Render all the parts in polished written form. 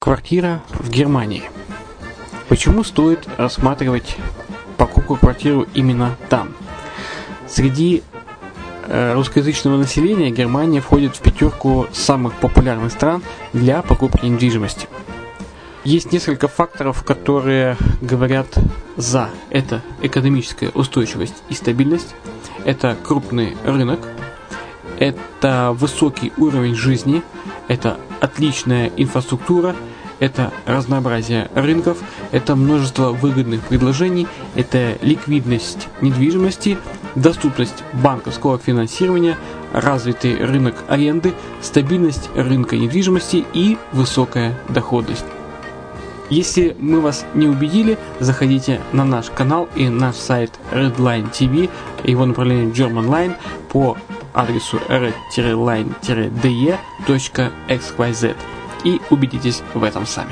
Квартира в Германии. Почему стоит рассматривать покупку квартиры именно там? Среди русскоязычного населения Германия входит в пятерку самых популярных стран для покупки недвижимости. Есть несколько факторов, которые говорят за. Это экономическая устойчивость и стабильность, это крупный рынок, это высокий уровень жизни, это отличная инфраструктура, это разнообразие рынков, это множество выгодных предложений, это ликвидность недвижимости, доступность банковского финансирования, развитый рынок аренды, стабильность рынка недвижимости и высокая доходность. Если мы вас не убедили, заходите на наш канал и наш сайт Redline TV, его направление German Line по адресу red-line-de.xyz и убедитесь в этом сами.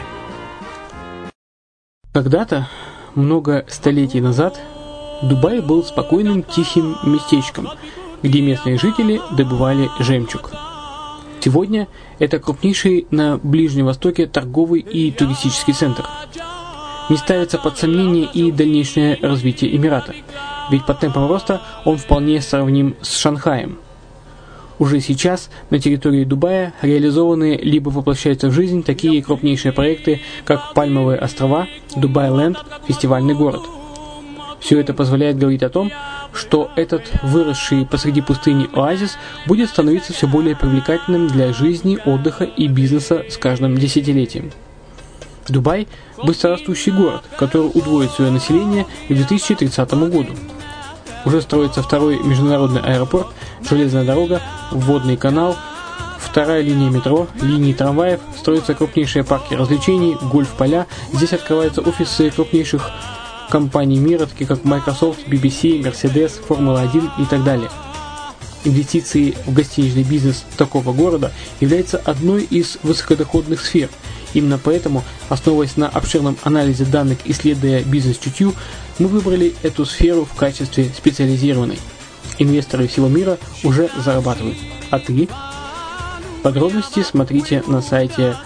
Когда-то, много столетий назад, Дубай был спокойным тихим местечком, где местные жители добывали жемчуг. Сегодня это крупнейший на Ближнем Востоке торговый и туристический центр. Не ставится под сомнение и дальнейшее развитие Эмирата, ведь по темпам роста он вполне сравним с Шанхаем. Уже сейчас на территории Дубая реализованы либо воплощаются в жизнь такие крупнейшие проекты, как Пальмовые острова, Дубай-Ленд, фестивальный город. Все это позволяет говорить о том, что этот выросший посреди пустыни оазис будет становиться все более привлекательным для жизни, отдыха и бизнеса с каждым десятилетием. Дубай – быстрорастущий город, который удвоит свое население к 2030 году. Уже строится второй международный аэропорт, железная дорога, водный канал, вторая линия метро, линии трамваев, строятся крупнейшие парки развлечений, гольф-поля. Здесь открываются офисы крупнейших компаний мира, таких как Microsoft, BBC, Mercedes, Формула-1 и так далее. Инвестиции в гостиничный бизнес такого города являются одной из высокодоходных сфер. Именно поэтому, основываясь на обширном анализе данных, исследуя бизнес-чутью, мы выбрали эту сферу в качестве специализированной. Инвесторы всего мира уже зарабатывают. А ты? Подробности смотрите на сайте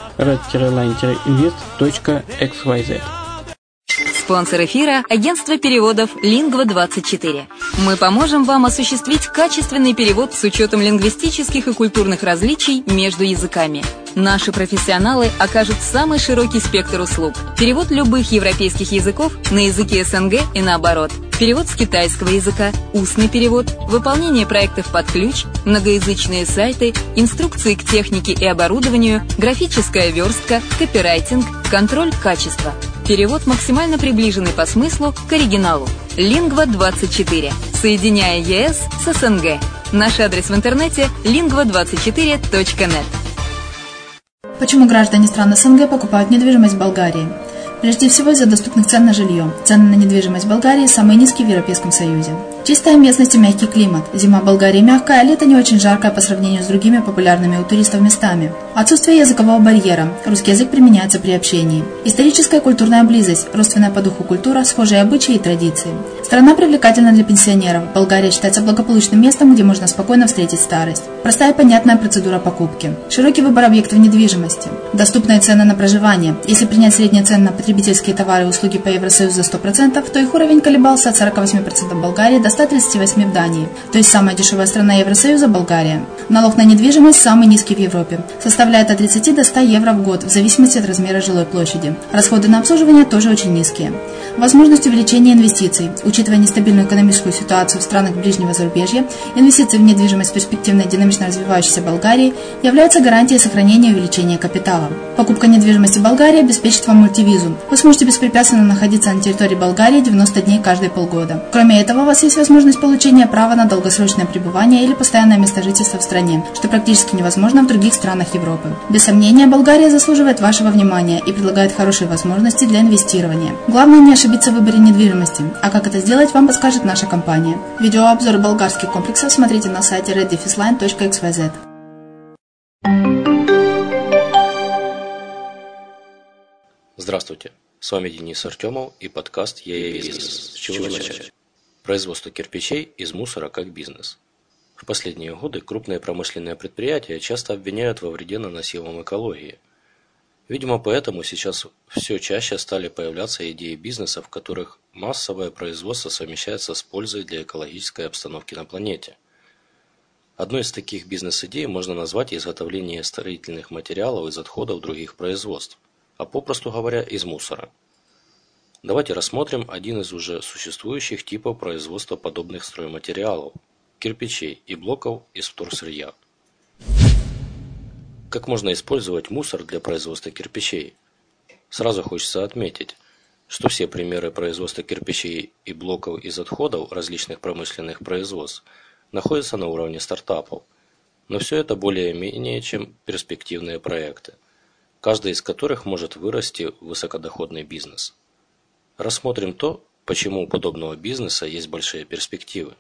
red-line-invest.xyz. Спонсор эфира – агентство переводов Lingva24. Мы поможем вам осуществить качественный перевод с учетом лингвистических и культурных различий между языками. Наши профессионалы окажут самый широкий спектр услуг. Перевод любых европейских языков на языки СНГ и наоборот. Перевод с китайского языка, устный перевод, выполнение проектов под ключ, многоязычные сайты, инструкции к технике и оборудованию, графическая верстка, копирайтинг, контроль качества. Перевод максимально приближенный по смыслу к оригиналу. Lingva24. Соединяя ЕС с СНГ. Наш адрес в интернете lingva24.net. Почему граждане стран СНГ покупают недвижимость в Болгарии? Прежде всего из-за доступных цен на жилье. Цены на недвижимость в Болгарии самые низкие в Европейском Союзе. Чистая местность и мягкий климат. Зима в Болгарии мягкая, а лето не очень жаркое по сравнению с другими популярными у туристов местами. Отсутствие языкового барьера. Русский язык применяется при общении. Историческая и культурная близость. Родственная по духу культура, схожие обычаи и традиции. Страна привлекательна для пенсионеров. Болгария считается благополучным местом, где можно спокойно встретить старость. Простая и понятная процедура покупки. Широкий выбор объектов недвижимости. Доступные цены на проживание. Если принять средние цены на потребительские товары и услуги по Евросоюзу за 100%, то их уровень колебался от 48% в Болгарии до 138% в Дании. То есть самая дешевая страна Евросоюза – Болгария. Налог на недвижимость самый низкий в Европе. Составляет от 30 до 100 евро в год, в зависимости от размера жилой площади. Расходы на обслуживание тоже очень низкие. Возможность увеличения инвестиций. Учитывая нестабильную экономическую ситуацию в странах ближнего зарубежья, инвестиции в недвижимость в перспективной динамично развивающейся Болгарии являются гарантией сохранения и увеличения капитала. Покупка недвижимости в Болгарии обеспечит вам мультивизу. Вы сможете беспрепятственно находиться на территории Болгарии 90 дней каждые полгода. Кроме этого, у вас есть возможность получения права на долгосрочное пребывание или постоянное место жительства в стране, что практически невозможно в других странах Европы. Без сомнения, Болгария заслуживает вашего внимания и предлагает хорошие возможности для инвестирования. Главное не ошибиться в выборе недвижимости, а как это сделать, вам подскажет наша компания. Видеообзор болгарских комплексов смотрите на сайте red-line.xyz. Здравствуйте, с вами Денис Артемов и подкаст «Я бизнес». С чего начать? Производство кирпичей из мусора как бизнес. В последние годы крупные промышленные предприятия часто обвиняют во вреде, наносимом экологии. Видимо, поэтому сейчас все чаще стали появляться идеи бизнеса, в которых массовое производство совмещается с пользой для экологической обстановки на планете. Одной из таких бизнес-идей можно назвать изготовление строительных материалов из отходов других производств, а попросту говоря, из мусора. Давайте рассмотрим один из уже существующих типов производства подобных стройматериалов – кирпичей и блоков из вторсырья. Как можно использовать мусор для производства кирпичей? Сразу хочется отметить, что все примеры производства кирпичей и блоков из отходов различных промышленных производств находятся на уровне стартапов, но все это более-менее чем перспективные проекты, каждый из которых может вырасти в высокодоходный бизнес. Рассмотрим то, почему у подобного бизнеса есть большие перспективы.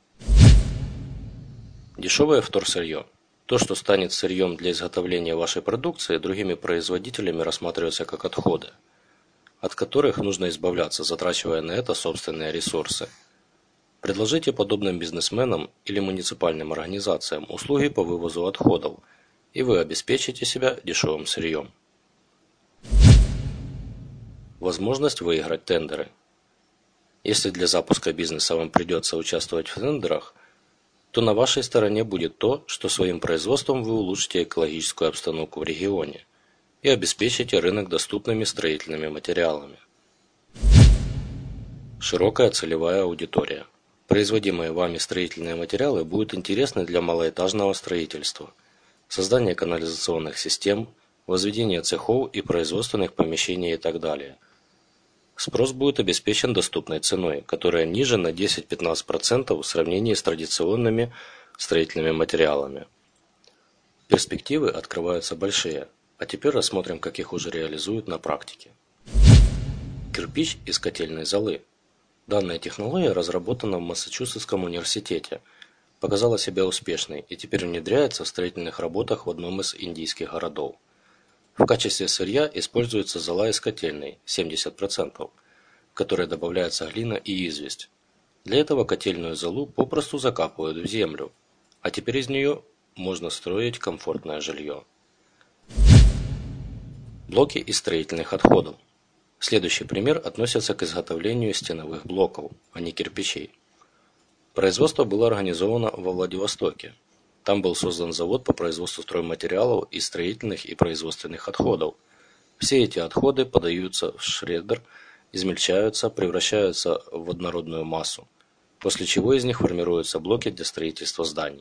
Дешевое вторсырье. То, что станет сырьем для изготовления вашей продукции, другими производителями рассматривается как отходы, от которых нужно избавляться, затрачивая на это собственные ресурсы. Предложите подобным бизнесменам или муниципальным организациям услуги по вывозу отходов, и вы обеспечите себя дешевым сырьем. Возможность выиграть тендеры. Если для запуска бизнеса вам придется участвовать в тендерах, то на вашей стороне будет то, что своим производством вы улучшите экологическую обстановку в регионе и обеспечите рынок доступными строительными материалами. Широкая целевая аудитория. Производимые вами строительные материалы будут интересны для малоэтажного строительства, создания канализационных систем, возведения цехов и производственных помещений и так далее. Спрос будет обеспечен доступной ценой, которая ниже на 10-15% в сравнении с традиционными строительными материалами. Перспективы открываются большие, а теперь рассмотрим, как их уже реализуют на практике. Кирпич из котельной золы. Данная технология разработана в Массачусетском университете, показала себя успешной и теперь внедряется в строительных работах в одном из индийских городов. В качестве сырья используется зола из котельной 70%, в которой добавляется глина и известь. Для этого котельную золу попросту закапывают в землю, а теперь из нее можно строить комфортное жилье. Блоки из строительных отходов. Следующий пример относится к изготовлению стеновых блоков, а не кирпичей. Производство было организовано во Владивостоке. Там был создан завод по производству стройматериалов из строительных и производственных отходов. Все эти отходы подаются в шреддер, измельчаются, превращаются в однородную массу, после чего из них формируются блоки для строительства зданий.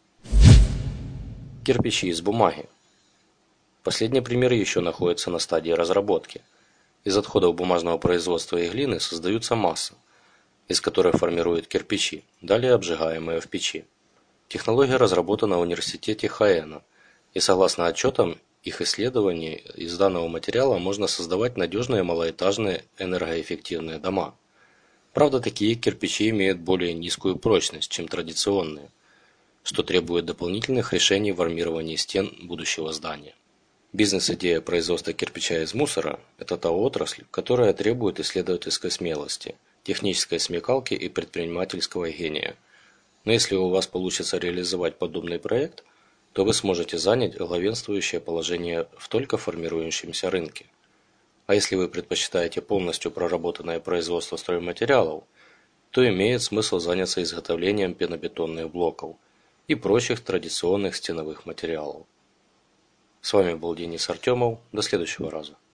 Кирпичи из бумаги. Последний пример еще находится на стадии разработки. Из отходов бумажного производства и глины создаются массы, из которой формируют кирпичи, далее обжигаемые в печи. Технология разработана в университете Хаэна, и согласно отчетам их исследований, из данного материала можно создавать надежные малоэтажные энергоэффективные дома. Правда, такие кирпичи имеют более низкую прочность, чем традиционные, что требует дополнительных решений в армировании стен будущего здания. Бизнес-идея производства кирпича из мусора – это та отрасль, которая требует исследовательской смелости, технической смекалки и предпринимательского гения. Но если у вас получится реализовать подобный проект, то вы сможете занять главенствующее положение в только формирующемся рынке. А если вы предпочитаете полностью проработанное производство стройматериалов, то имеет смысл заняться изготовлением пенобетонных блоков и прочих традиционных стеновых материалов. С вами был Денис Артемов. До следующего раза.